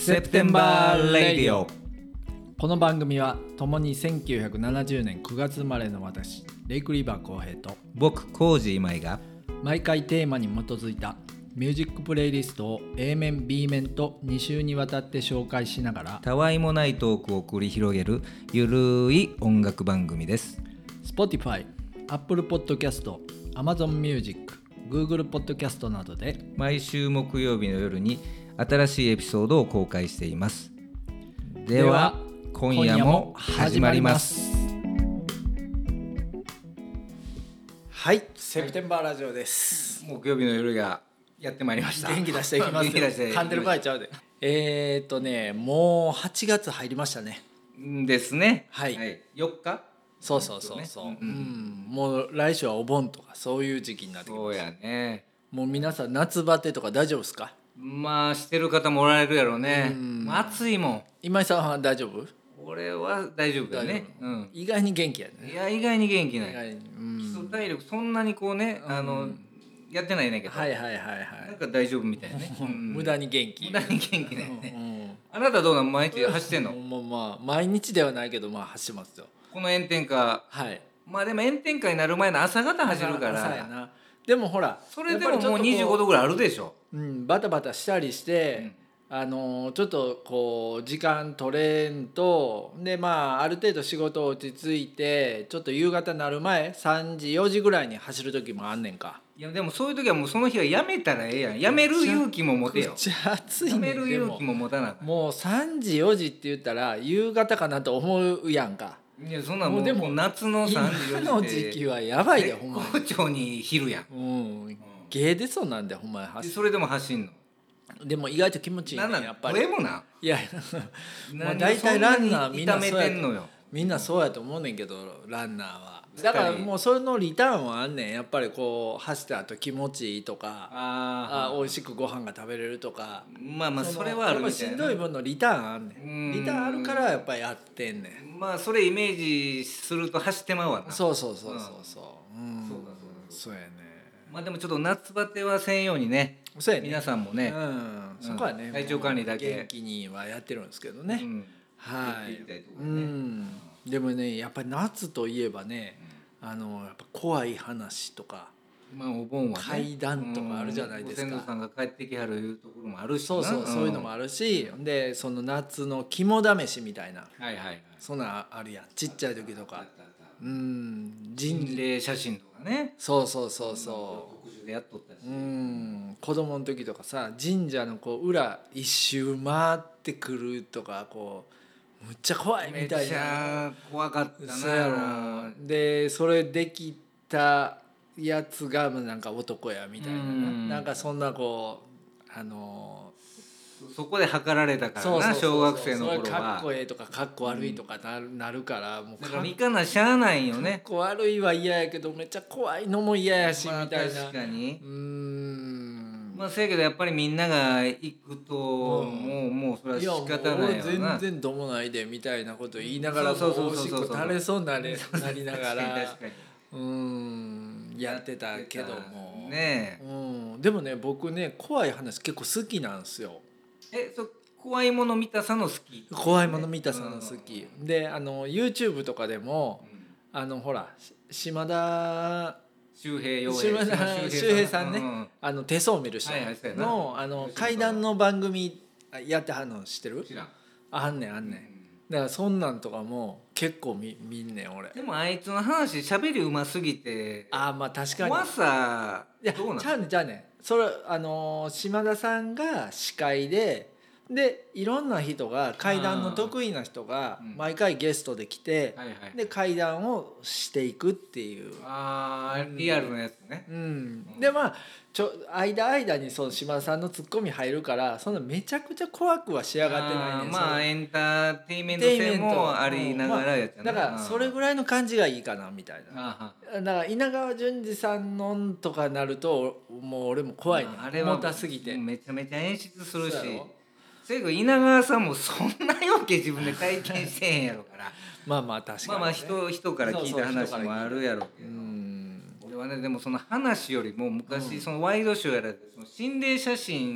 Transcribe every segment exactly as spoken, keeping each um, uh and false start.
セプテンバーレディオ。 この番組は共にせんきゅうひゃくななじゅうねんくがつ生まれの私レイクリバー浩平と僕コージーマイが毎回テーマに基づいたミュージックプレイリストを A 面 B 面とに週にわたって紹介しながらたわいもないトークを繰り広げるゆるい音楽番組です。 Spotify、Apple Podcast、Amazon Music、Google Podcast などで毎週木曜日の夜に新しいエピソードを公開しています。では今夜も始まります。 はい、セプテンバーラジオです。 木曜日の夜がやってまいりました。 元気出していきますよ。噛んでる場合ちゃうで。えーっとねもうはちがつ入りましたね。 ですね。 はい、はい、 よっか。 そうそうそうそう、うんうん、もう来週はお盆とかそういう時期になってきます。 そうやね。 もう皆さん夏バテとか大丈夫ですか？ まあしてる方もおられるやろうね。うん暑いもん。 今井さんは大丈夫？ 俺は大丈夫だね、うん、 意外に元気やね。 いや意外に元気ない。 意外に、うん、 基礎体力そんなにこうね、うん、あのやってないねんけど、 はいはいはいはい、 なんか大丈夫みたいなね、 うん、無駄に元気無駄に元気だよね、うん、あなたどうなの？毎日走ってんの？ もうまあ毎日ではないけどまあ走ってますよ。 この炎天下、はい、まあでも炎天下になる前の朝方走るから朝やな。 でもほらそれでももうにじゅうごどぐらいあるでしょ、 うん、バタバタしたりして、うん、あのちょっとこう時間取れんとでまあある程度仕事落ち着いてちょっと夕方になる前さんじよじぐらいに走る時もあんねんか。 いやでもそういう時はもうその日はやめたらええやん。やめる勇気も持てよ。 めっちゃ暑いね。 やめる勇気も持たな。 もうさんじよじって言ったら夕方かなと思うやんか。 いやそんなもうでも夏のさんじよじ今の時期はやばいでほんまに。 絶好調に昼やん。 うん。ゲーでそうなんでほんまに走る。それでも走んの？ でも意外と気持ちいいね。 なんやっぱり。これもな。 いやまあ大体ランナーみんなそうやのよ。 みんなそうやと思うねんけどランナーは。だからもうそれのリターンはあんねん。やっぱりこう走った後気持ちいいとか、ああ美味しくご飯が食べれるとか。 まあまあそれはあるみたいな。 しんどい分のリターンあんねん。リターンあるからやっぱりやってんねん。 まあそれイメージすると走ってまうわな。 そうそうそうそうそう。うん。そうだそうだ。そうやね。 まあでもちょっと夏バテはせんようにね。そうやね。皆さんもね。 うん。そこはね。 体調管理だけ元気にはやってるんですけどね。はい。 うん。 でもねやっぱり夏といえばね、あのやっぱ怖い話とか、 まあお盆はね、 怪談とかあるじゃないですか。 ご先祖さんが帰ってきはるいうところもあるしな。 そうそうそういうのもあるし、でその夏の肝試しみたいな、はいはいはい、そんなんあるやん。ちっちゃい時とか、うん心霊写真とかね。 そうそうそうそう。 特殊でやっとったし。 うん子供の時とかさ神社のこう裏一周回ってくるとかこう。むっちゃ怖いみたいな。 めっちゃ怖かったな。 そうやろ。でそれできたやつがなんか男やみたいな、うん、なんかそんなこうあのー、そこで測られたからな。そうそうそうそう小学生の頃は。 それかっこええとかかっこ悪いとかなる、うん、なるからもうだからいかなしゃあないよね。 かっこ悪いは嫌やけどめっちゃ怖いのも嫌やし、まあ、みたいな。 確かに。 うーん。 まあせやけどやっぱりみんなが行くと、うん、もうもうそれは仕方ないよな。 いやもう全然どもないでみたいなこと言いながらもおしっこ垂れそうになりながらうんやってたけどもね、うん、でもね僕ね怖い話結構好きなんですよ。 えそ怖いもの見たさの好き？ 怖いもの見たさの好き、うん、であの YouTube とかでも、うん、あのほら島田周平周平さんね、うん、あの手相見る人の、あの怪談の番組やってはんの知ってる？知らん。あんねんあんねん、うん、だからそんなんとかも結構 見, 見んねん俺。 でもあいつの話喋りうますぎてあまあ確かに怖さどうなの？ じゃあねじゃあねそれあの島田さんが司会ででいろんな人が怪談の得意な人が毎回ゲストで来て、うんはいはい、で怪談をしていくっていうあリアルなやつね、 うんうん、でまあちょ間間にその島田さんのツッコミ入るからそんなめちゃくちゃ怖くは仕上がってないねん。 まあエンターテインメント性もありながらやつやな、まあ、だからそれぐらいの感じがいいかなみたいな。だから稲川淳二さんのとかなるともう俺も怖いねん。あれは重たすぎてめちゃめちゃ演出するしせやけど稲川さんもそんなわけ自分で体験してへんやろからまあまあ確かに、ね、 まあまあ 人, 人から聞いた話もあるやろうけど、俺はねでもその話よりも昔そのワイドショーやられてその心霊写真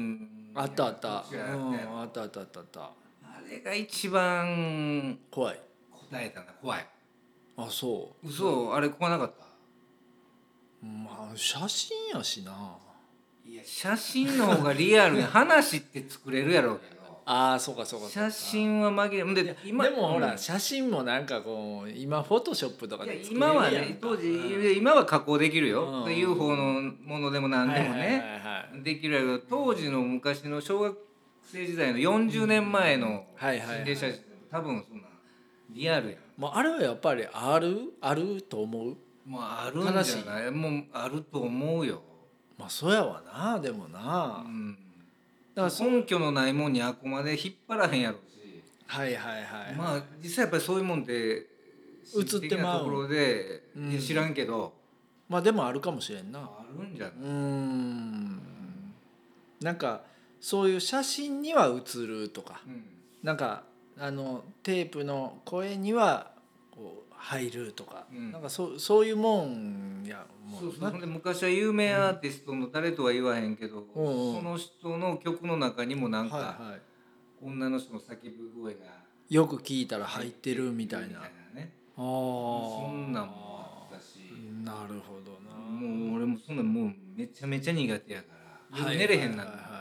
あったあった、うん、あったあったあったあった。あれが一番怖い。 答えたな。怖い。 あ、そう。 嘘、あれ怖なかった？ まあ写真やしな。 いや写真の方がリアルに話って作れるやろうけど。 ああ、そうかそうか。 写真は紛れで今でもほら、うん、写真もなんかこう今フォトショップとかで作れるやん。今はね当時、うん、今は加工できるよ、うん、ユーフォー のものでも何でもね、はいはいはいはい、できるやろ。当時の昔の小学生時代のよんじゅうねんまえの心霊写真、多分そんなリアルやん。 まあ、あれはやっぱりあるあると思う。 もうあるんじゃない？もうあると思うよ。 まあそうやわな。でもな、うん、 だから根拠のないもんにあくまで引っ張らへんやろし。 はいはいはい、はい、 まあ実際やっぱりそういうもんって映ってまうところで、うん、知らんけど、 まあでもあるかもしれんな。 あるんじゃない？うーん、なんかそういう写真には写るとか、うん、なんかあのテープの声にはこう入るとか、うん、なんかそそういうもんやもん。 そうそう。で昔は有名アーティストの誰とは言わへんけど、うん、その人の曲の中にもなんか、はいはい、女の人の叫ぶ声がよく聞いたら入ってるみたいな。みたいなね。 ああ、そんなんもあったし。 なるほどな。 もう俺もそんなんもうめちゃめちゃ苦手やから夜寝れへんなって。あ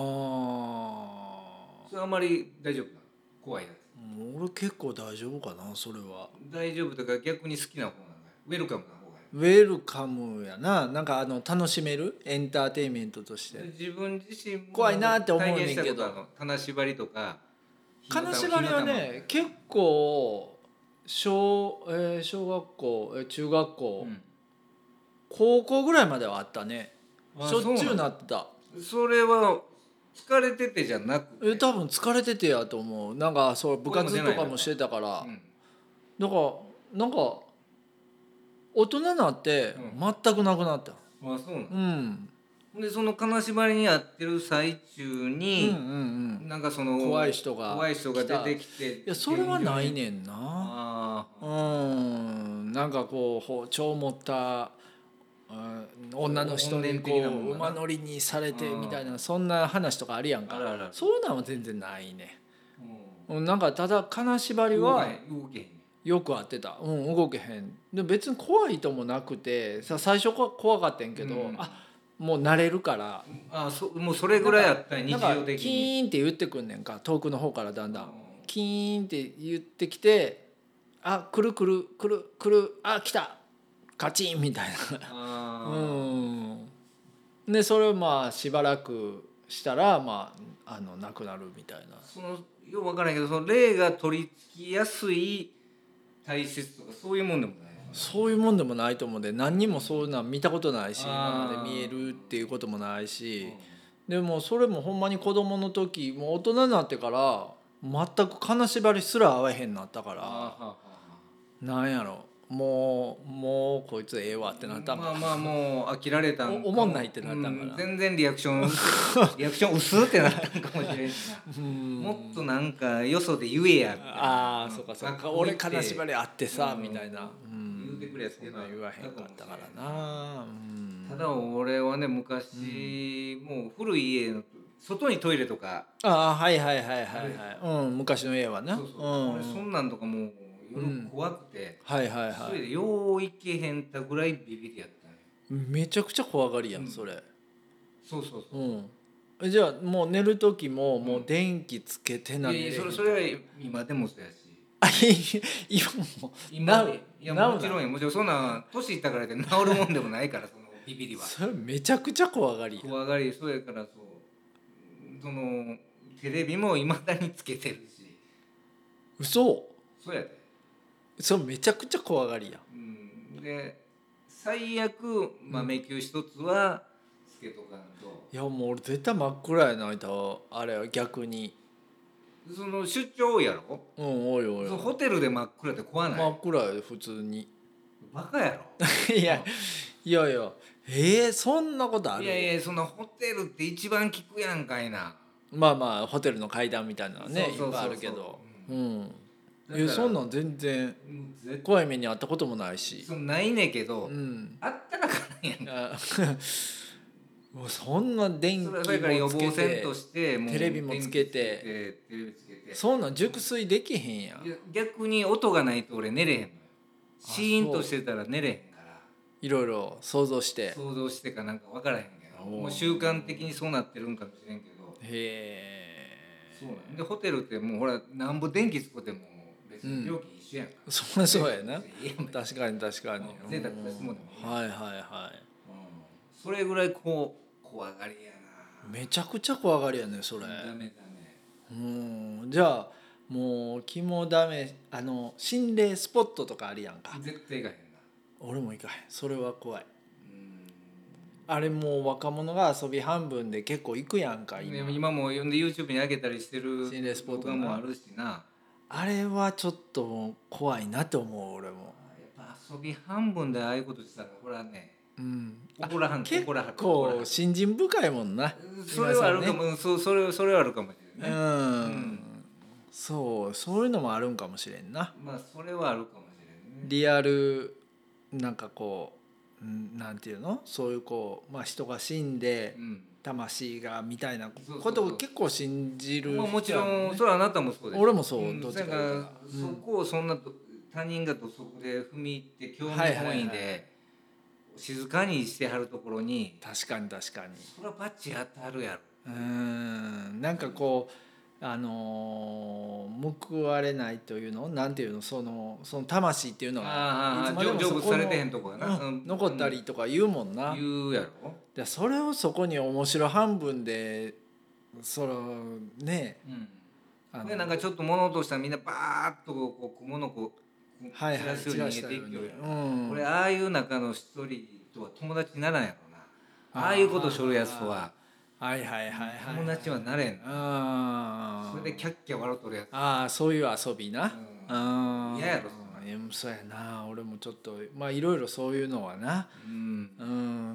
あ。それあんまり大丈夫な？怖いやつ。 俺結構大丈夫かなそれは。 大丈夫とか逆に好きな方なんだ。ウェルカムな方が。 ウェルカムやな。なんかあの楽しめるエンターテインメントとして。 自分自身も怖いなって思うねんけど。 金縛りとか。 金縛りはね結構小、えー、小学校、えー、中学校、うん、高校ぐらいまではあったね。しょっちゅうなってた。 それは疲れててじゃなくて？ え多分疲れててやと思う。なんかそう部活とかもしてたから、うん、だからなんか大人になって全くなくなった。 うん、あそうなの。うんでその金縛りにやってる最中に、うんうんうん、なんかその怖い人が怖い人が出てきて、 いやそれはないねんな。あうんなんかこう包丁を持った女の人にこう馬乗りにされてみたいなそんな話とかあるやんか。あらあらそういうのは全然ないね。うん、なんかただ金縛りはよくあってた。うん動けへん。で別に怖いともなくてさ最初は怖かったんけど、うん、あもう慣れるから。 あそもうそれぐらいやったら日常的にキーンって言ってくんねんか遠くの方からだんだんキーンって言ってきてあ来る来る来る来るあ来たカチンみたいな。あうんでそれをまあしばらくしたらまああのなくなるみたいな。 そのよく分からないけどその霊が取り付きやすい体質とかそういうもんでもない。 そういうもんでもないと思うんで何にもそういうのは見たことないし今まで見えるっていうこともないし、でもそれもほんまに子供の時もう大人になってから全く金縛りすら合わへんなったからなんやろもうもうこいつええわってなったんか。まあまあもう飽きられたんかおもんないってなったんかな、うん、 全然リアクションリアクション薄ってなったんかもしれんしなもっとなんかよそで言えやみたいな。 ああそうかそうか俺金縛りあってさ、うん、みたいな、 うん、言うてくれやつけど言わへんかったからな、うん、 ただ俺はね昔、うん、もう古い家の外にトイレとかああはいはいはいはいはい、うん、昔の家はね。 そうそう、うん、俺そんなんとかもう夜怖くて、 うん、はいはいはいそれでよう行けへんたぐらいビビりやったね。めちゃくちゃ怖がりやん、うん、それ。 そうそうそう、 うん、じゃあもう寝る時ももう電気つけてないやいやそれそれは今でもそうやし。 あ今も今いやもちろんやもちろんそんな年いったからで治るもんでもないからそのビビりは。 それめちゃくちゃ怖がりや。 怖がりそうやからそうそのテレビもいまだにつけてるし。 嘘。 そうやで。 それめちゃくちゃ怖がりや、 うん、で最悪豆球一つはつけとかんと、 いやもう俺絶対真っ暗やなあれは逆に。 その出張多いやろ。 うん多い多い。 ホテルで真っ暗って怖ない？ 真っ暗やで普通に。 バカやろいやいやいやえー、そんなことある？ いやいやそのホテルって一番効くやんかいな。 まあまあホテルの階段みたいなのはねいっぱいあるけど、うん、うんえそんなん全然怖い目に遭ったこともないし。 そないねんけど、うん、あったらかなんやんか。 もうそんな電気もつけてテレビもつけてそんなん熟睡できへんやん。 逆に音がないと俺寝れへんのよ。シーンとしてたら寝れへんからいろいろ想像して想像してかなんか分からへんけどもう習慣的にそうなってるんかもしれんけど。 へえ。 そうなんでホテルってもうほらなんぼ電気つくても別に料金一緒やんか、 うん、そうそうやな確かに確かに贅沢ですもんね。 はいはいはい、 うん、それぐらいこう怖がりやな。 めちゃくちゃ怖がりやねそれ。ダメダメ。うんじゃあもう肝ダメあの心霊スポットとかあるやんか。 絶対行かへんな。 俺も行かへんそれは怖い。あれもう若者が遊び半分で結構行くやんか今, 今も呼んで YouTube に上げたりしてる心霊スポットもあるしな。 あれはちょっと怖いなって思う俺も。 やっぱ遊び半分でああいうことしたらこれはね、 うん、 怒らはん結構信心深いもんな。 それはあるかも、ね、そ, そ, れそれはあるかもしれない、ね、うん、うん、 そうそういうのもあるんかもしれんな。 まあそれはあるかもしれんね。 リアルなんかこうなんていうのそういうこう、まあ、人が死んで、うん、魂がみたいなことを結構信じる、 まあ、もちろんそれはあなたもそうです。 俺もそう、うん、 どっちかいうとそこをそんな他人が土足で踏み入って興味本位で静かにしてはるところに、 確かに確かにそれはバッチ当たるやろ。 うんなんかこうあのー、報われないというのなんていうのそのその魂っていうのがいつまでもそこの、うん、 残ったりとか言うもんな。 言うやろ。 でそれをそこに面白半分でそのね、 うん、あのでなんかちょっと物音したらみんなバーッとこう物をこう散らすように逃げていくより、これああいう中の一人とは友達にならんやろな。ああいうことしょるやつとははいはいはいはい、 友達はなれん。あそれでキャッキャ笑うとるやつ。 ああそういう遊びな。 うん、嫌やろそそうやな。俺もちょっとまあいろいろそういうのはな、うん、うん、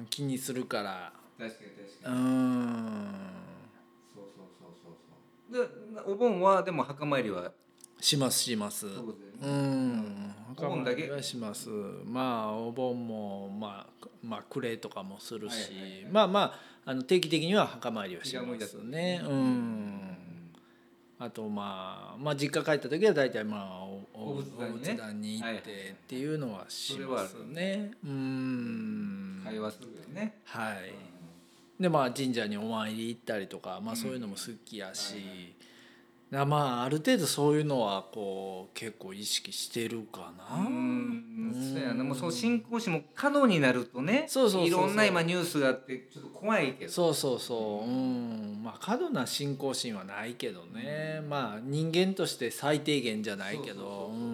気にするから。 確かに確かに。うんそうそうそうそうそうでお盆はでも墓参りはしますします。そうですね、うん墓参りはします。まあお盆もまあまあ暮れとかもするし、はいはいはい、まあまああの定期的には墓参りはしますね。うん。あとまあまあ実家帰った時は大体まあお仏壇に行ってっていうのはしますね。うん。 会話するよね。 はい。でまあ神社にお参り行ったりとかまあそういうのも好きやし。うんはいはい、まあある程度そういうのはこう結構意識してるかな。うん、 そうやな。もうその信仰心も過度になるとね、そうそうそうそういろんな今ニュースがあってちょっと怖いけど。 そうそうそう。うん、まあ過度な信仰心はないけどね。まあ人間として最低限じゃないけど、うん、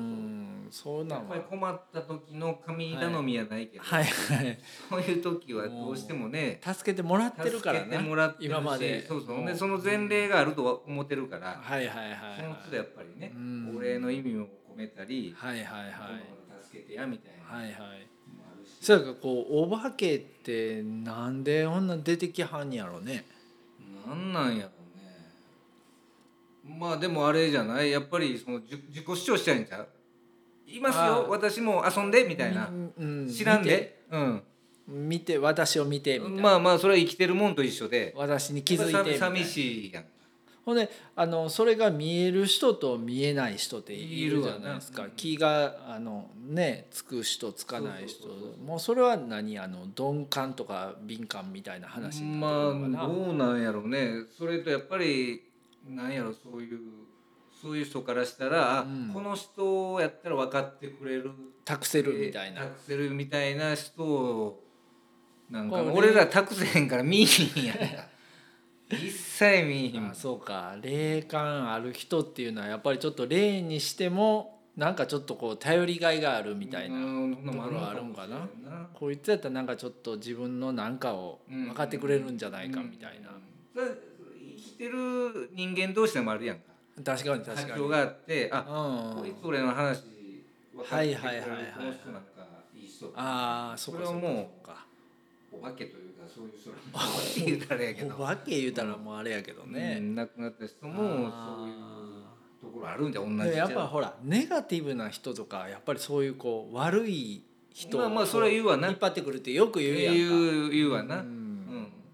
そうなの。 やっぱり困った時の神頼みやないけど、 はいはい、 そういう時はどうしてもね、 助けてもらってるからな。今まで。 そうそう。でその前例があるとは思ってるから。 はいはいはい、 その都度やっぱりね、お礼の意味を込めたり、 はいはいはい、 助けてやみたいな、 はいはい、それかこうお化けってなんでこんな出てきはんやろね。 なんなんやろね。まあでもあれじゃないやっぱりその自己主張したいんちゃう。いますよ私も遊んでみたいな、うん、知らんで、うん、 見て私を見てみたいな。 まあまあそれは生きてるもんと一緒で私に気づいてみたいな。 寂しいやん。 ほんであのそれが見える人と見えない人っているじゃないですか。気があの、ね、つく人つかない人もうそれは何あの鈍感とか敏感みたいな話になってるのかな。 まあどうなんやろうね。それとやっぱりなんやろそういうそういう人からしたら、うん、この人やったら分かってくれる託せるみたいな託せるみたいな人をなんか俺ら託せへんから見いひんやんか一切見いひん。 あそうか霊感ある人っていうのはやっぱりちょっと霊にしてもなんかちょっとこう頼りがいがあるみたいなところがあるんかな。こいつやったらなんかちょっと自分のなんかを分かってくれるんじゃないかみたいな、 うんうんうん、生きてる人間同士でもあるやんか。 確かに確かに波長があってあ、うん、こいつ俺の話分かってくれるこの人なんかいい人とか、 あそれはもうお化けというかそういう人お化け言うたらやけどお化け言うたらもうあれやけどね、 うん、亡くなった人もそういうところあるんじゃ同じじゃ。 やっぱほらネガティブな人とかやっぱりそういうこう悪い人をまあまあそれは言うわな引っ張ってくるってよく言うやんか。 言う言うわな、うんうん、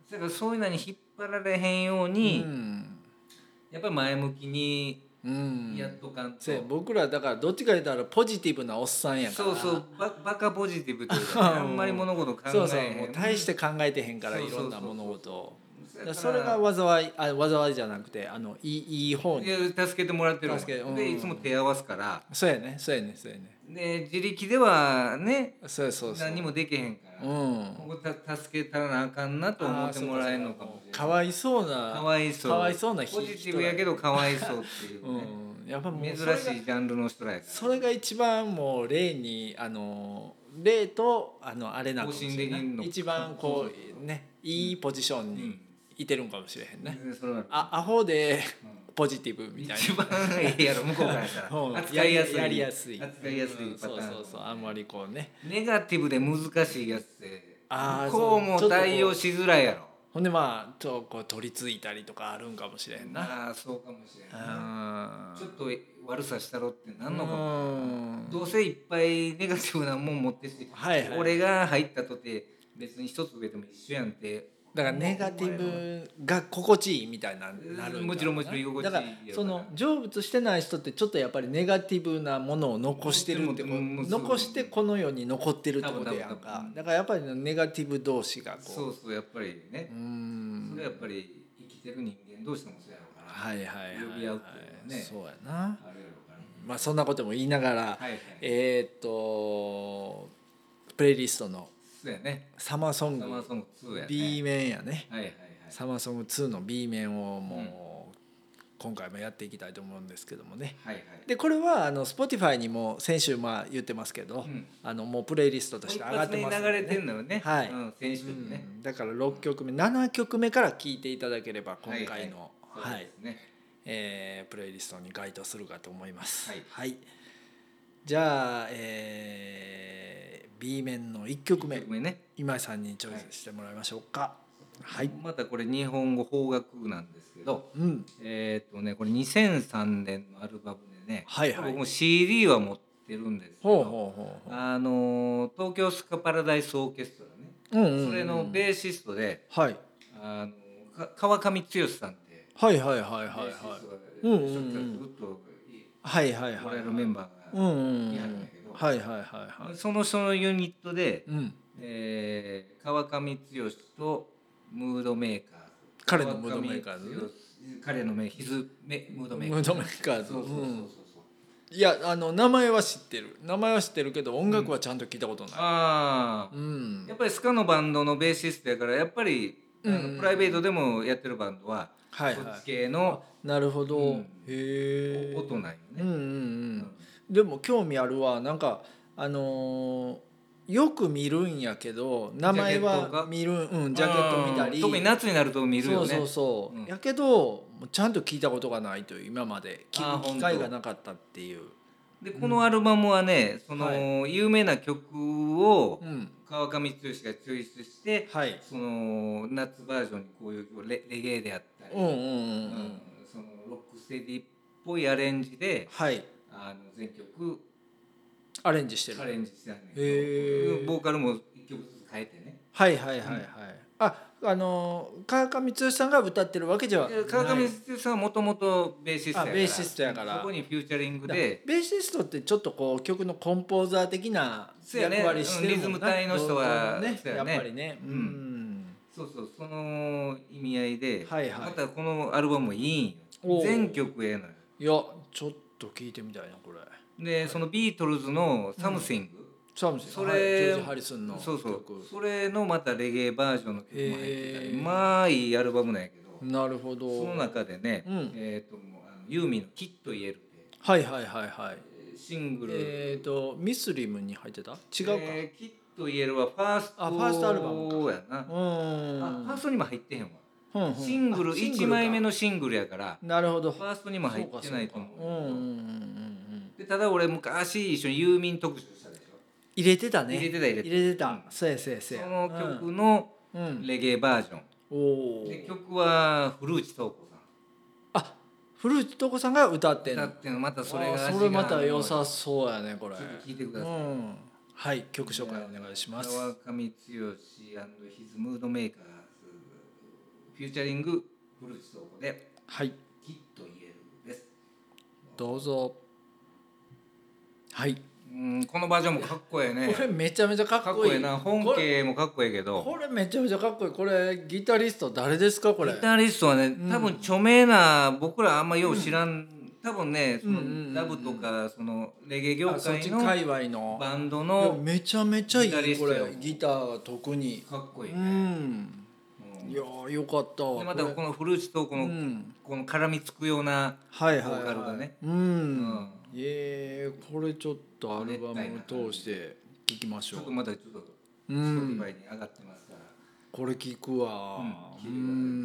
だからそういうのに引っ張られへんように、うん、やっぱり前向きにやっとかんと、 うん、僕らだからどっちか言ったらポジティブなおっさんやから、 そうそうババカポジティブというか、ね、あんまり物事考えへん、そうそうもう大して考えてへんから、いろんな物事をそれが災い、あ災いじゃなくてあのいいいい方に助けてもらってる、助け、うん、でいつも手合わすから、 そうやねそうやねそうやねで自力ではねそうそうそう何もできへんから、うん、ここた助けたらなあかんなと思ってもらえるのかもしれない。 かわいそうなかわいそうかわいそうなポジティブやけどかわいそうっていうね、うん、やっぱもう珍しいジャンルの人らやから、 それが一番もう例にあの例とあのあれなんかもしれない、一番こうねいいポジションにいてるんかもしれへんね、うん、あアホでポジティブみたいな、 一番いいやろ向こうからしたら扱いやすい、 やりやすい扱いやすいパターン、 そうそうそう、あんまりこうねネガティブで難しいやつって向こうも対応しづらいやろ。 ほんでまあちょっとこう取り付いたりとかあるんかもしれへんな。 ああそうかもしれんな。ちょっと悪さしたろってなんのかも。どうせいっぱいネガティブなもん持ってし、はいはい、俺が入ったとて別に一つ上でも一緒やんって。 だからネガティブが心地いいみたいななるんもちろんもちろん居心地いい。 だからその成仏してない人ってちょっとやっぱりネガティブなものを残してるって残してこの世に残ってるってことやんか。だからやっぱりネガティブ同士がこうそうそうやっぱりね、うんそれやっぱり生きてる人間同士もそうやろうから、はいはいはい、呼び合うっていうのはね、 そうやな。まあそんなことも言いながら、はいはい、えー、っとプレイリストのサマーソング B 面やね、はいはいはい、サマーソングツーの B 面をもう今回もやっていきたいと思うんですけどもね、はいはい、でこれはあの Spotify にも先週まあ言ってますけど、うん、あのもうプレイリストとして上がってますので、ね、 流れてんのよね、はい、うん、先週ね、 うん、だからろっきょくめななきょくめから聴いていただければ今回の、はいはいはいえー、プレイリストに該当するかと思います、はいはい、じゃあ、えー、B 面のいっきょくめ、いっきょくめね、今井さんにチョイスしてもらいましょうか。はい、 またこれ日本語邦楽なんですけど、うん、えっとねこれにせんさんねんのアルバムでね、はいはい、僕も シーディー は持ってるんですけど、ほうほうほうほう、あの東京スカパラダイスオーケストラね、うんうんうん、それのベーシストで、はい、あの川上剛さんってはいはいはいはいはいうんうんうん、ずっとはいはいはいもらえるメンバーがいはるんだけど、はいはいはいはい、その人のユニットで、うんえー、川上剛とムードメーカーズ、 彼のムードメーカーズ、 彼のメヒズメムードメーカーズ、 ムードメーカーズ、そうそうそうそう、うん、いやあの名前は知ってる名前は知ってるけど音楽はちゃんと聞いたことない、うん、ああ、 うん、やっぱりスカのバンドのベーシストやからやっぱり、うん、あのプライベートでもやってるバンドは、はいはい、そっち系のなるほど、うん、へえ音なんよね、うんうんうんうん、でも興味あるわ。なんかあのーよく見るんやけど名前は見る、うん、ジャケット見たり、 特に夏になると見るよね。 そうそうそう、うん、やけどちゃんと聞いたことがないという、今まで聞く機会がなかったっていう。 でこのアルバムはね、その、はい、有名な曲を川上剛がチョイスして、はい、その夏バージョンにこういう レ, レゲエであったり、うんうんうんうん、そのロックステディっぽいアレンジで、はい、あの全曲アレンジしてる。 アレンジしてあるね。へえ。ボーカルも一曲ずつ変えてね。 はいはいはいはい。うん、あ、あの川上剛さんが歌ってるわけじゃない。 川上剛さんはもともとベーシストやから。 ベーシストやから。 そこにフューチャリングで。 ベーシストってちょっとこう曲のコンポーザー的な役割してるもんな。 リズム隊の人はね、やっぱりね。うん。 そうそう、その意味合いで、はいはい、またこのアルバムもいいんよ。全曲ええのよ。 いや、ちょっと聞いてみたいなこれ。 で、はい、そのビートルズのサムシング、うん、 サムシング、 それ、 はい、ジョージ・ハリスンの曲、 そうそうそれのまたレゲエバージョンの曲も入ってたり、まあいいアルバムなんやけど、 なるほど、 その中でね、うん、えっ、ー、とユーミンの「きっと言える」ってはいはいはいはいシングル、 えっ、ー、とミスリムに入ってた？違うか、 えー、きっと言えるはファースト、 あファーストアルバムかやな、うん、あファーストにも入ってへんわ、うんうん、シングルいちまいめのシングルやから、 なるほど、 ファーストにも入ってないと思う。うんうんうんうん、でただ俺昔一緒にユーミン特集したでしょ。 入れてたね。 入れてた入れてた。 入れてた。うん、そうやそうやそうや。 その曲のレゲエバージョン。うん、で曲は古内東子さん。 あ、古内東子さんが歌ってんの。 歌ってんのまたそれがそれまた良さそうやねこれ。 ちょっと聞いてください。うん、 はい、曲紹介お願いします。 川上剛&ヒズムードメーカーズフューチャリング古内東子で、 はい、 きっと言えるです。 どうぞ。はい。 うん、このバージョンもかっこええね。 これめちゃめちゃかっこいい。かっこええな。本家もかっこええけど。 これめちゃめちゃかっこいい。これギタリスト誰ですかこれ。 ギタリストはね、多分著名な、僕らあんまよう知らん。うん多分ね、そのラブとかそのレゲエ業界の界隈のバンドのめちゃめちゃいいこれギター特にかっこいいね。 うん、いやよかったわ。 でまたこのフルーツとこの、うん、この絡みつくようなボーカルがね。 うん。ええこれちょっとアルバムを通して聴きましょう。 ちょっとまだちょっとスポティファイに上がってますから。 これ聴くわ。 うん。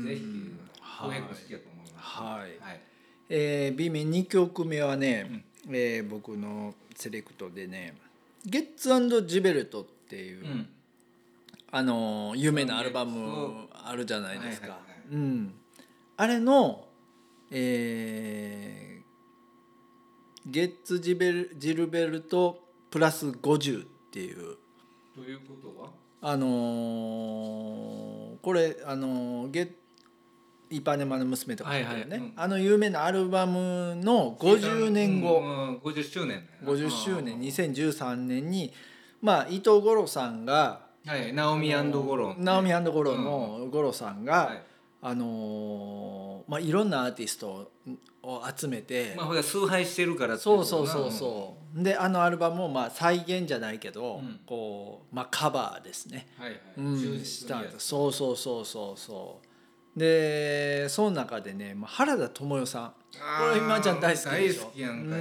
ぜひ聴いてください。はい。好きだと思います。 はい。はい。えー、B 面にきょくめはね、うんえー、僕のセレクトでねゲッツ&ジベルトっていう、うん、あの有名なアルバムあるじゃないですか、うん、あれの、えー、ゲッツジベルジルベルトプラスごじゅうっていうということはあのー、これあのー、ゲッイーパーネマの娘とかね、はいはいうん、あの有名なアルバムのごじゅうねんご、 うんうん、ごじゅっしゅうねんごじゅっしゅうねんにせんじゅうさんねんにまあ伊藤五郎さんが、 はい、ナオミ&五郎ナオミ&五郎の五郎さんが、はいあのー、まあいろんなアーティストを集めてまあほら崇拝してるからってそうそうそうそう、うん、であのアルバムをまあ再現じゃないけど、うん、こうまあカバーですね、 はいはいうん、したそうそうそうそうそうでその中でね原田知世さんこれ今ちゃん大好きでしょ大好きやんか、うん、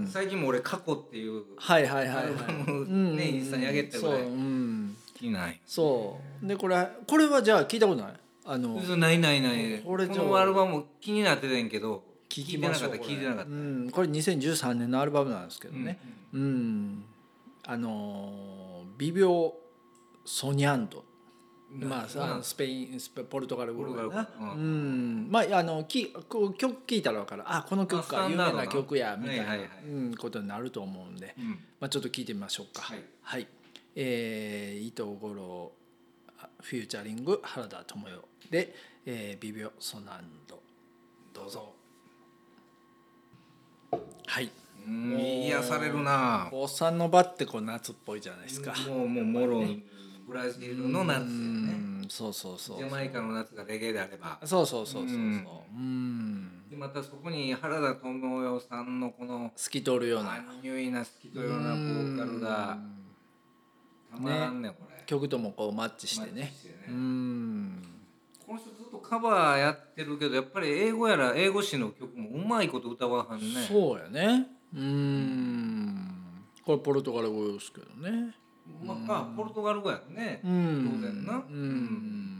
最近も俺過去っていうはいはいはいはいねインスタに上げたぐらい好きないそうでこれこれはじゃあ聞いたことないあのないないないこのアルバム気になってたんやけど聞いてなかった聞いてなかった、 うん、これにせんじゅうさんねんのアルバムなんですけどねうん、うん、あのビビオ・ソニャンドまあ、スペインスペポルトガル語だな、うん、まああのきこう曲聴いたら分かるあこの曲か有名な曲やみたいな、はいはいはいうん、ことになると思うんで、うんまあ、ちょっと聴いてみましょうかはい、はいえー、伊藤五郎フューチャリング原田知世で、えー、ビビオソナンドどうぞはいうん癒されるなおっさんの場ってこう夏っぽいじゃないですかもうもうもろブラジルの夏よねそうそうそうジャマイカの夏がレゲエであればそうそうそうそうそううんでまたそこに原田知世さんのこの透き通るようなアンニュイな透き通るようなボーカルがたまらんねこれ曲ともこうマッチしてねうんこの人ずっとカバーやってるけどやっぱり英語やら英語詞の曲もうまいこと歌わはんねそうやねうんこれポルトガル語ですけどねまあ、ポルトガル語やね、うん、当然な、うん、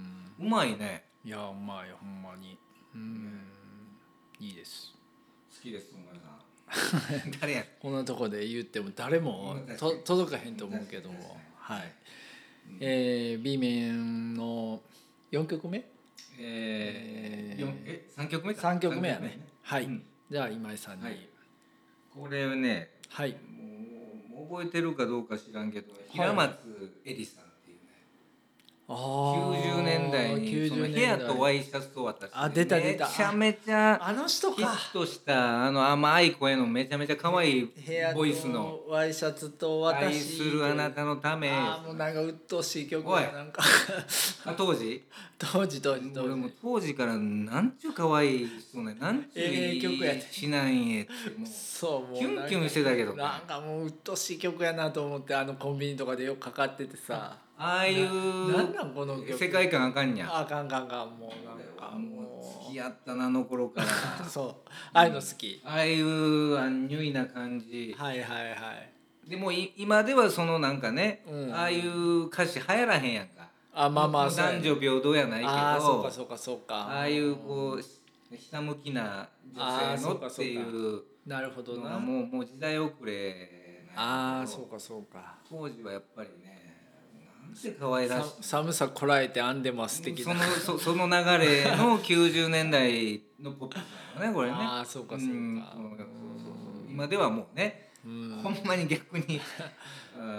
うまいねいやうまいほんまにうんいいです好きですお前さん誰やこんなとこで言っても誰もと届かへんと思うけどもはい、うんえー、B 面のよんきょくめえー、えさんきょくめさんきょくめやねはい、うん、じゃあ今井さんに、はい、 これねはい覚えてるかどうか知らんけど、平松絵里さんっていうね、あきゅうじゅうねんだいにそのヘアとワイシャツと私、ね、 あ出た出ためちゃめちゃあの人かヒットしたあの甘い声のめちゃめちゃ可愛いボイスのワイシャツと私愛するあなたのためあもうなんか鬱陶しい曲やなんかあ当時当時当時当時俺も当時からなんちゅう可愛い人ねなんちゅういい曲やしなんえってもうそうもうキュンキュンしてたけどなんかもう鬱陶しい曲やなと思ってあのコンビニとかでよくかかっててさああいうなんなんこの曲世界観あかんにゃあかんかんかんもうなんかもう好きやったなあの頃からそうああいうの好き、 うん、ああいうアンニュイな感じはいはいはいでも今ではそのなんかね、うん、ああいう歌詞流行らへんやんかあまあまあ男女平等やないけどあそうかそうかそうかああいうこうひたむきな女性のっていうなるほどなもうもう時代遅れああそうかそうか当時はやっぱりね可愛らしい寒さこらえて編んでます的なその そ, その流れのきゅうじゅうねんだいのポップスなのねこれねああそうかそうか、うん、 今ではもうね、うん、ほんまに逆に、うん、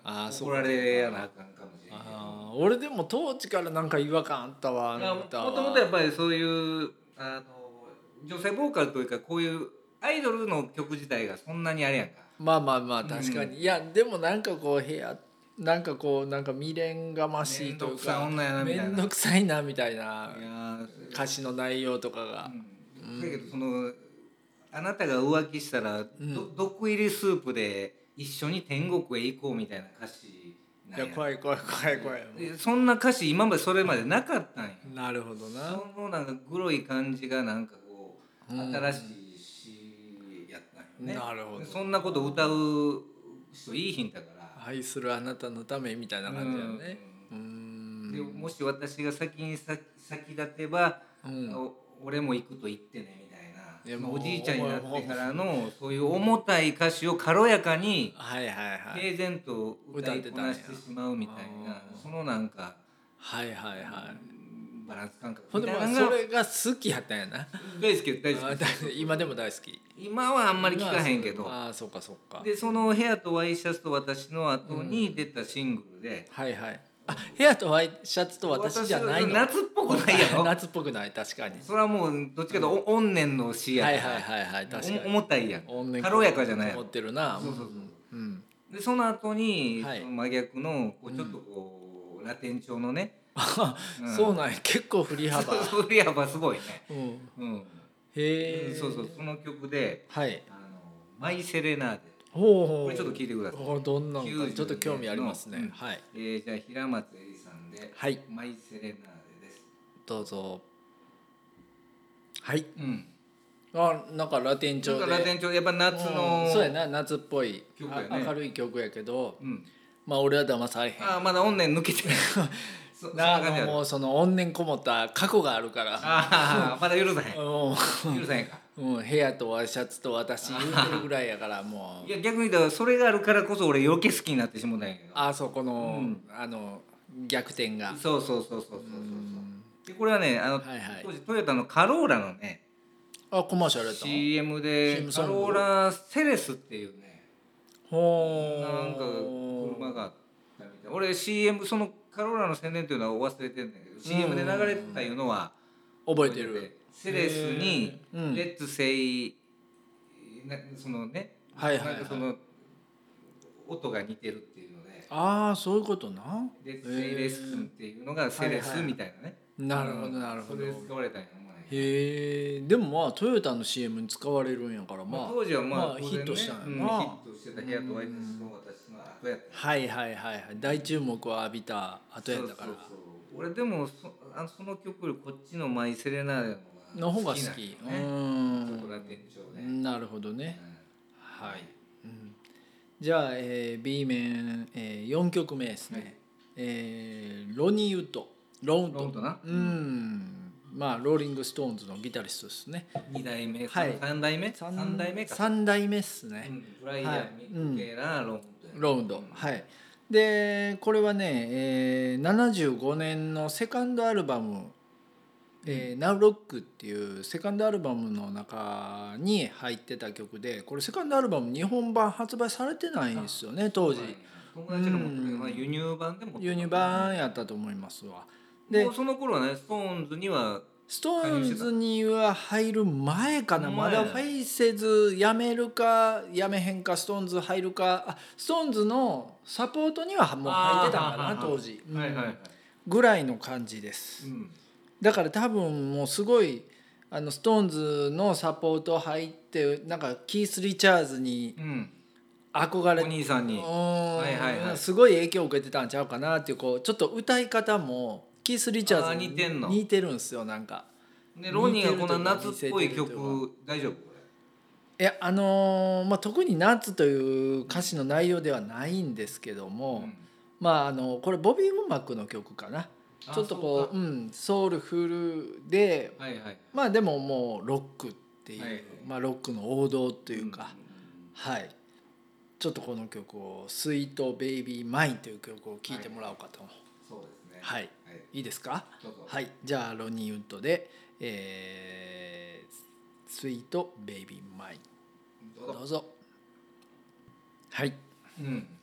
怒られやなあかんかもしれない。 あ俺でも当時からなんか違和感あったわ。 もともとやっぱりそういうあの女性ボーカルというかこういうアイドルの曲自体がそんなにあれやんか。 まあまあまあ確かに、うん、いやでもなんかこう部屋なんかこうなんか未練がましいというか面倒くさいなみたいな歌詞の内容とかが。 うん、だけどそのあなたが浮気したら、うん、毒入りスープで一緒に天国へ行こうみたいな歌詞なんや。いや怖い怖い怖い怖い。 そんな歌詞今までそれまでなかったんや。 なるほどな。 そのなんかグロい感じがなんかこう、うん、新しい詩やったんよね。 なるほど。 そんなこと歌う人いいひんだから。 愛するあなたのためみたいな感じやね。 うん。うんでもし私が先に先立てば、うん、俺も行くと言ってね。おじいちゃんになってからのそういう重たい歌詞を軽やかに平然と歌いこなしてしまうみたいなそのなんかはいはいはいバランス感覚みたいなのがそれが好きやったんやな。 大好き大好き今でも大好き。 今はあんまり聞かへんけどああそうかそうか。 でその部屋とワイシャツと私の後に出たシングルで、 はいはいあ部屋とワイシャツと私じゃないの。 夏っぽくないやろ。 夏っぽくない確かに。 それはもうどっちかというと怨念の詩やから。 はいはいはいはい確かに。 重たいやん。軽やかじゃない。 思ってるな。 そうそうそう。うん。でその後に、はい、その真逆のこうちょっとこう、うん、ラテン調のね。 うん、そうなんや結構振り幅。 振り幅すごいね。 うん。うん、へえ。そうそうその曲で、 はい。 あのマイセレナーデ。 ほうほうこれちょっと聞いてください。 どんなのかちょっと興味ありますね。 うん、 はい。 えー、じゃあ平松絵里さんで、 はい、 マイセレナーデです。 どうぞ。はい。 うん。 あ、なんかラテン調で。 なんかラテン調やっぱ夏の、 うん、そうやな夏っぽい曲やね。 明るい曲やけど、 うん、 まあ俺は騙されへん。 あ、まだ怨念抜けてない。 なあもうその怨念こもった過去があるから。 ああまだ許さへん。許さへんか。 うん、部屋とワイシャツと私言うてるぐらいやからもういや逆に言ったらそれがあるからこそ俺余計好きになってしもたんやけどあそこの、うん、あの逆転がそうそうそうそうそうそうでこれはねあの、はいはい、当時トヨタのカローラのねあコマーシャルやったのシーエム でカローラセレスっていうねほなんか車があったみたい俺 シーエム そのカローラの宣伝っていうのは忘れてるんだけど シーエム で流れてたいうのは覚えてるセレスにレッツセイそのね、はいはいはい、なんかその音が似てるっていうのでああそういうことなレッツセイレッスンっていうのがセレスみたいなね、 はいはい、なるほどなるほどそれで使われたんや思わないへえでもまあトヨタの シーエム に使われるんやからまあ、 まあ、当時はまあ、 まあ、ヒットしたんやな、うん、 ヒットしてた部屋とワイシャツの私の後やったはいはいはいはい大注目を浴びた後やったからそうそうそう俺でも そ, あのその曲よりこっちのマイセレナーデの方が好き、ね、うんなるほどね、 うん、はい、 うん、じゃあ、えー、B 面、えー、よんきょくめですね、はい、えー、ロニー・ウッドローントなうんまあローリング・ストーンズのギタリストですねにだいめ、はい、さんだいめさんだいめかさんだいめっすね、 うん、ブライアン・ミッケーラー・ローントローンドはいでこれはね、えー、ななじゅうごねんのセカンドアルバムえー、ナウロックっていうセカンドアルバムの中に入ってた曲でこれセカンドアルバム日本版発売されてないんですよね当時友達の持ってる、うん、輸入版でも輸入版やったと思いますわでもうその頃はねストーンズにはストーンズには入る前かなまだフェイセズやめるかやめへんかストーンズ入るかあストーンズのサポートにはもう入ってたんかな当時、うんはいはいはい、ぐらいの感じです、うんだから多分もうすごいあのストーンズのサポート入ってなんかキース・リチャーズに憧れて、 うん、お兄さんに、はいはいはい、 すごい影響を受けてたんちゃうかなっていうこうちょっと歌い方もキース・リチャーズに似てんの似てるんですよなんか。 でロニーがこんな夏っぽい曲大丈夫？ いやあのーまあ、特に夏という歌詞の内容ではないんですけども、うん、まああのこれボビー・ウンマックの曲かな。ちょっとこう、うん、ソウルフルで、はいはい、まあでももうロックっていう、はいはいまあ、ロックの王道というか、うん、はいちょっとこの曲を「スイートベイビーマイン」という曲を聴いてもらおうかと、はい、 そうですねはい、はい、いいですかはいじゃあロニー・ウッドで、えー「スイートベイビーマイン」どうぞはい、 うん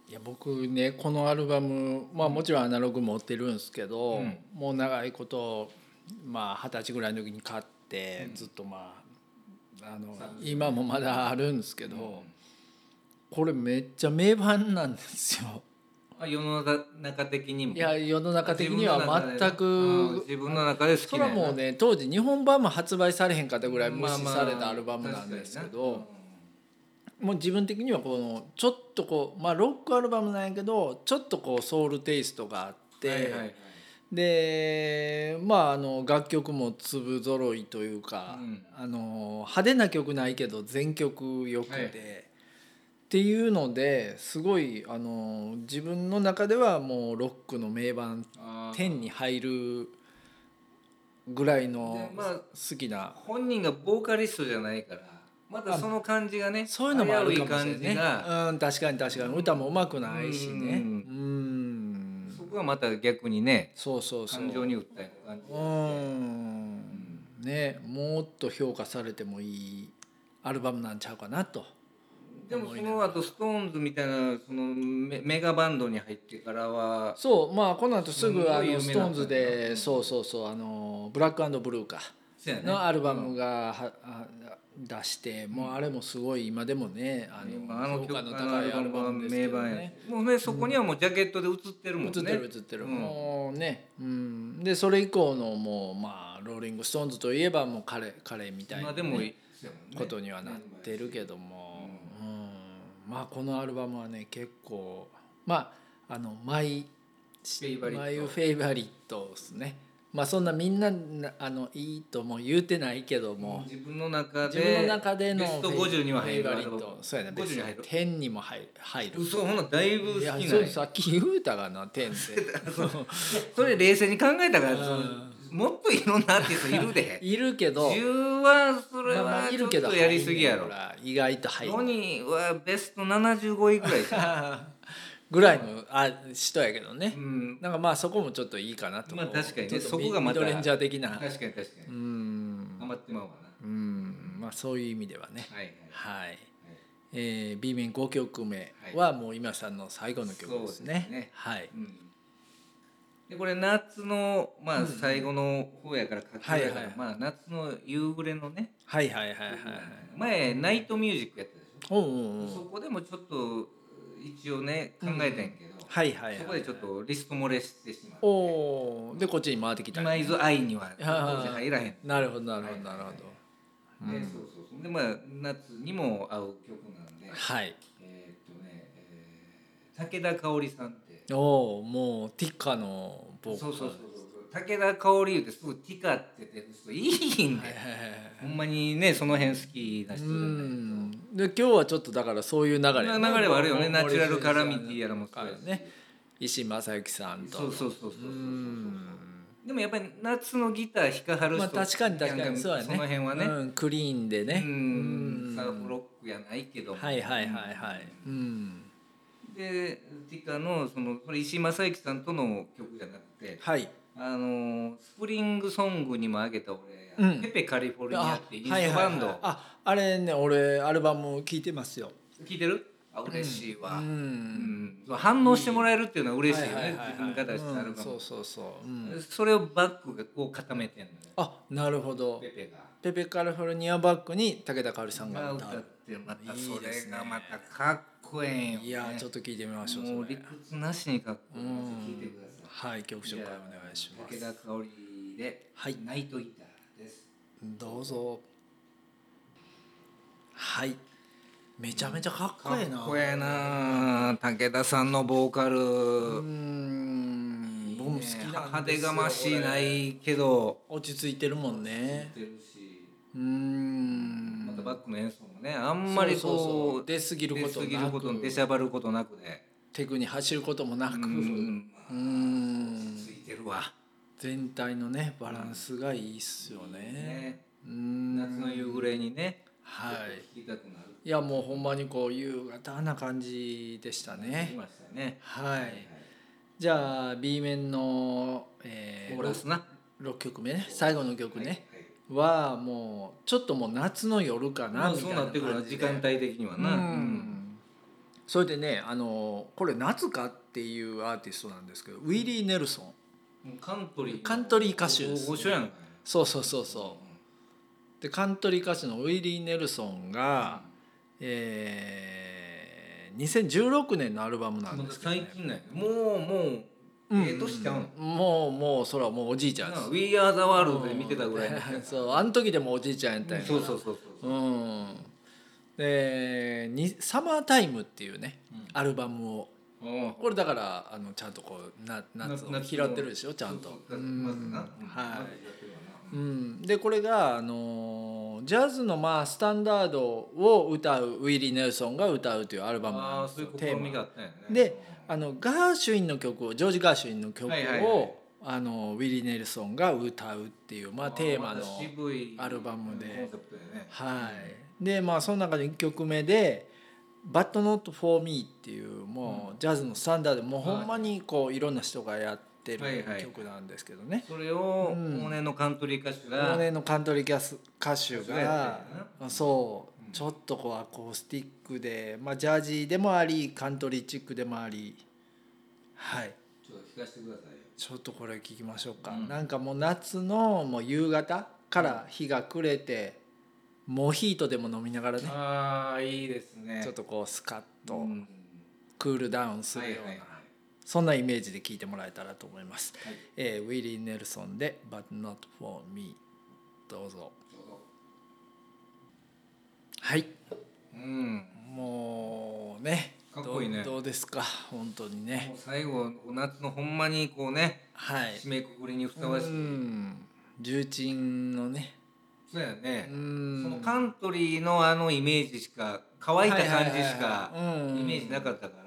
いや僕ねこのアルバム、まあ、もちろんアナログ持ってるんですけど、うん、もう長いことまあ二十歳ぐらいの時に買って、うん、ずっとまああの今もまだあるんですけど、うん、これめっちゃ名盤なんですよ。 世の中的にもいや世の中的には全く自分の中で好きなそれはもうね当時日本版も発売されへんかったぐらい無視されたアルバムなんですけど、もう自分的にはこのちょっとこうまあロックアルバムなんやけどちょっとこうソウルテイストがあって、はいはいはい、でまああの楽曲も粒揃いというか、うん、あの派手な曲ないけど全曲よくて、はい、っていうのですごいあの自分の中ではもうロックの名盤じゅうに入るぐらいの好きな、まあ、 本人がボーカリストじゃないからまだその感じがねそういうのもあるかもしれないね。うん、確かに確かに歌も上手くないしね。うんうんそこはまた逆にねそうそうそう感情に訴える感じがうんねもっと評価されてもいいアルバムなんちゃうかなと。 でもその後ストーンズみたいなそのメガバンドに入ってからはそうまあこの後すぐあのストーンズでそうそうそうあのブラック&ブルーかのアルバムが出してもうあれもすごい今でもねあの評価の高いアルバムですけどねもうねそこにはもうジャケットで写ってるもんね写ってる写ってるもうねうんでそれ以降のもうまあローリングストーンズといえばもう彼彼みたいなことにはなってるけどもまあこのアルバムはね結構まああのマイフェイバリットマイフェイバリットですね。まあそんなみんなあのいいとも言うてないけども自分の中で自分の中でのベストごじゅうには入るフェイバリットそうやねベストじゅうにも入る嘘ほんなだいぶ好きないやさっき言うたがなじゅうってそれ冷静に考えたからもっといろんなアーティストいるでいるけどじゅうはそれはちょっとやりすぎやろ意外と入るロニーはベストななじゅうごいぐらいじゃんぐらいのあ人やけどね、うん、なんかまあそこもちょっといいかなとまあ確かにねそこがまたミドレンジャー的な確かに確かにうん余ってまうわなうんまあそういう意味ではねはい、はいはいえー、B 面ごきょくめはもう今さんの最後の曲ですね、はい、そうですねはい、うんでこれ夏のまあ最後の方やから書きだからまあ夏の夕暮れのねはいはいはいはい前ナイトミュージックやったでしょ。おうおうそこでもちょっと一応ね考えたんやけど、 はいはいはい、 そこでちょっとリスト漏れしてしまって、 おでこっちに回ってきた、 今伊豆愛には当時入らへん。 なるほどなるほどなるほど。 で、うん、そうそうそうでまあ夏にも合う曲なんで、 はい。 えー、っとね、えー、武田香織さんって、 おおもうティッカのボーカル。そうそうそうそう武田香織言うてすぐティカって言ってる人いいんで、はいはいはい、ほんまにねその辺好きな人じゃないで今日はちょっとだからそういう流れ、ね、 流れはあるよねナチュラルカラミティやらもそうやね石井正幸さんとそうそうそうそうそうでもやっぱり夏のギター弾かはる人、 まあ、確かに確かにそうやねその辺はね、 うん、クリーンでねうんサーフロックやないけどもはいはいはいはいうんでティカのそのこれ石井正幸さんとの曲じゃなくてはいあのスプリングソングにもあげた俺、うん、ペペカリフォルニアってインストバンド、はいはいはい、 ああれね俺アルバム聴いてますよ聴いてるあ嬉しいわ、うんうん、反応してもらえるっていうのは嬉しいよね、はいはいはいはい、自分からしてあるかも、うん、そうそうそう、うん、それをバックがこう固めてんのよあなるほどペペがペペカリフォルニアバックに武田香織さんが歌ってまたそれがまたかっこええよ、ね、 いやちょっと聞いてみましょうもう理屈なしにかっこいい聞いてくださいはい曲紹介お願いします武田香織で、はい、ナイトギターですどうぞはいめちゃめちゃかっこええなかっこええな武田さんのボーカルうん僕も好きなんですよ派手がましいないけど落ち着いてるもんね落ち着いてるしうんまたバックの演奏もねあんまりこうそうそうそう出過ぎることなく出しゃばることなくねテクに走ることもなくうんうん落ち着いてるわ全体のねバランスがいいっすよね、 ねうん夏の夕暮れにねはい聴きたくなるいやもうほんまにこう夕方な感じでしたね。 しましたね。 はい。はいはい、じゃあ B 面の、 えー、コーラスなろっきょくめね最後の曲ね、はいはい、はもうちょっともう夏の夜かなみたいな感じで。 そうなってくる時間帯的にはな。うん、 それでねあのこれ夏かっていうアーティストなんですけどウィリー・ネルソンカントリーカントリー歌手です、 ね、やんそうそうそうそうでカントリー歌手のウィリー・ネルソンが、うんえー、にせんじゅうろくねんのアルバムなんですけど、ね、 最近ねもうもうええ年ちゃうの、 うん、もうもうそれはもうおじいちゃんです We Are the World で見てたぐらいのそうあの時でもおじいちゃんやったんやから、 そうそうそうそう、うん、 でサマータイムっていうね、うん、アルバムをこれだからあのちゃんとこうな夏を拾ってるでしょちゃんと。うん、でこれがあのジャズのまあスタンダードを歌うウィリー・ネルソンが歌うというアルバムなんですよ。テーマであのガーシュインの曲をジョージ・ガーシュインの曲を、はいはいはい、あのウィリー・ネルソンが歌うっていう、まあ、テーマのアルバムで、ねはい、でまあその中でいっきょくめで「But Not For Me」っていうもうジャズのスタンダードもうほんまにこういろんな人がやってる曲なんですけどね、 それを往年のカントリー歌手が往年のカントリー歌手がそうちょっとこうアコースティックで、まあ、ジャージーでもありカントリーチックでもあり、はいちょっと聞かせてくださいよ。 ちょっとこれ聞きましょうか、うん、なんかもう夏のもう夕方から日が暮れてモヒートでも飲みながらね、 あーいいですね、 ちょっとこうスカッとクールダウンするような、うんはいはいはい、そんなイメージで聴いてもらえたらと思います、はいえー、ウィリー・ネルソンで But Not For Me どうぞ。はい、うん、もうねかっこいいね。 どう、どうですか本当にね。 もう最後夏のほんまにこうね、はい、締めくくりにふさわしい重鎮のね。 そうやね。うんそのカントリーのあのイメージしか乾いた感じしかイメージなかったから、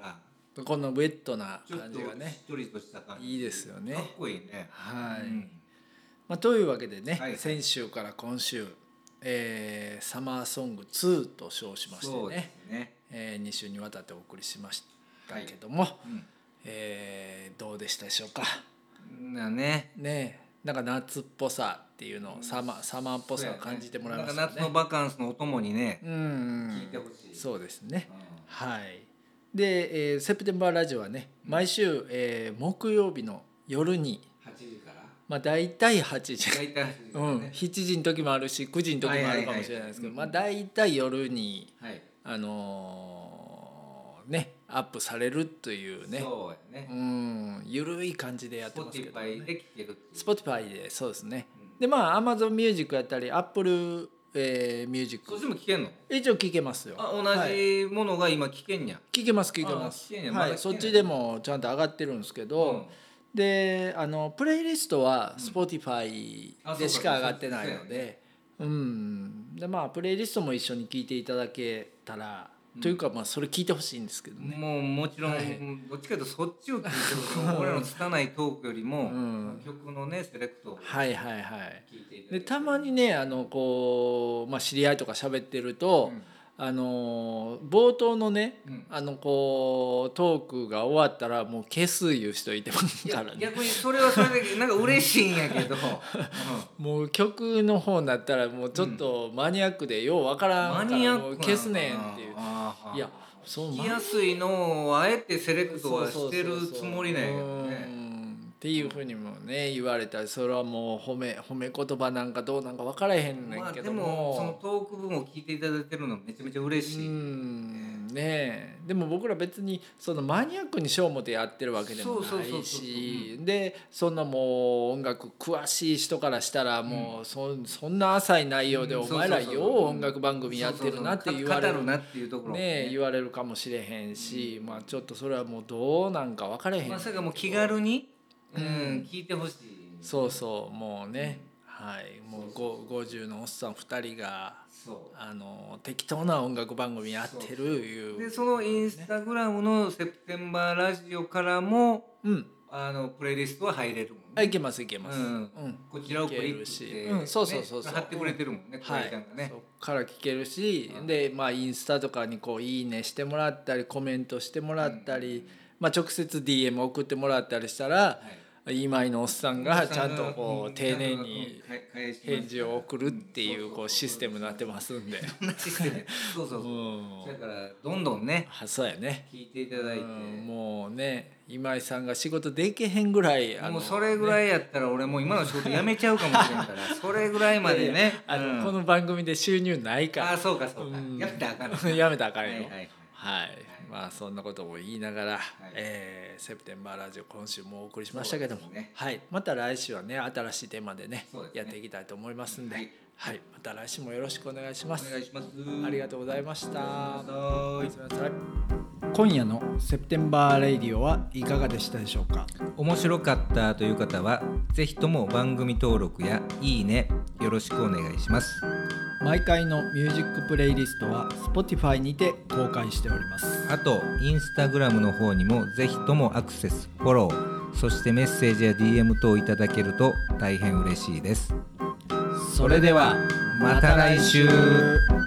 このウェットな感じがねしっとりとした感じいいですよね。 かっこいいね。 はい、うんまあ、というわけでね、はいはい、先週から今週、えー、サマーソングツーと称しまして ね, ね、えー、に週にわたってお送りしましたけども、はいうんえー、どうでしたでしょうか。 なねねなんか夏っぽさっていうのをサマ、サマーっぽさを感じてもらいましたね。 なんか夏のバカンスのお供にね、うん、聞いてほしい。 そうですね、うん、はいで、えー、セプテンバーラジオはね毎週、えー、木曜日の夜にはちじからまあ大体はちじ大体はちじ、ねうん、しちじの時もあるしくじの時もあるかもしれないですけど、まあ大体夜に、はい、あのー、ねアップされるというね、 そうやね、 うん、ゆるい感じでやってますけどね。 Spotify で聴ける。 Spotify でそうですね。うん、でまあ Amazon Music やったり Appleえー、ミュージックそっちも聞けんの？ 一応聞けますよ。 あ同じものが今聞けんや。 聞けます聞けます。はい、そっちでもちゃんと上がってるんですけど、うん、であのプレイリストは Spotify でしか上がってないので、うん、でまあプレイリストも一緒に聞いていただけたら。というかまあそれ聞いてほしいんですけどね。 もうもちろん、はい、どっちかというとそっちを聞いてると俺らの拙いトークよりも、うん、曲のねセレクトをはいはいはいでたまにねあのこう、まあ、知り合いとか喋ってると、うんあの冒頭のね、うん、あのこうトークが終わったらもう消すいう人いてますからね。 逆にそれはそれでなんか嬉しいんやけど、 うん、もう曲の方になったらもうちょっとマニアックでようわからんからもう消すねんっていう。いやそう聞きやすいのをあえてセレクトはしてるつもりなんやけどね。 っていうふうにもね言われたりそれはもう褒め褒め言葉なんかどうなんか分からへんねんけども、まあ、 でもそのトーク部分を聞いていただいてるのめちゃめちゃ嬉しい。 うんねでも僕ら別にそのマニアックにしようもてやってるわけでもないしでそんなもう音楽詳しい人からしたらもう そ, そんな浅い内容でお前らよう音楽番組やってるなって言われるね言われるかもしれへんし、まあちょっとそれはもうどうなんか分からへん。 まさかもう気軽にうん、聞いてほしい。 そうそうもうね、うん、はいもうごじゅうのおっさんふたりがあの適当な音楽番組やってるいう。 でそのインスタグラムのセプテンバーラジオからも、うん、あのプレイリストは入れるもんね。 あいけますいけます。うんうん、こちらをクリックして、 うん、そうそうそうそう、 貼ってくれてるもんね。 はい、そこから聞けるし、うん、でまあインスタとかにこういいねしてもらったりコメントしてもらったり。うんまあ、直接 ディーエム 送ってもらったりしたら、はい今井のおっさんがちゃんとこう丁寧に返事を送るっていうこうシステムになってますんでそうそうそう、だからどんどんね、 そうやね、 聞いていただいて、 もうね今井さんが仕事できへんぐらい、 あのもうそれぐらいやったら俺もう今の仕事辞めちゃうかもしれんからそれぐらいまでね、 あのこの番組で収入ないから、 あそうかそうか、やめたらあかんのやめたらあかんよ、はいはいはい、まあそんなことも言いながら、はい、えー、セプテンバーラジオ今週もお送りしましたけども、ね、はい、また来週はね新しいテーマで ね, でねやっていきたいと思いますんで、はいはい、また来週もよろしくお願いします。 お願いします。 ありがとうございました。おやすみなさい。今夜のセプテンバーレイディオはいかがでしたでしょうか。 面白かったという方はぜひとも番組登録やいいねよろしくお願いします。 毎回のミュージックプレイリストは Spotify にて公開しております。 あとインスタグラムの方にもぜひともアクセスフォロー、そしてメッセージや ディーエム 等いただけると大変嬉しいです。 それではまた来週。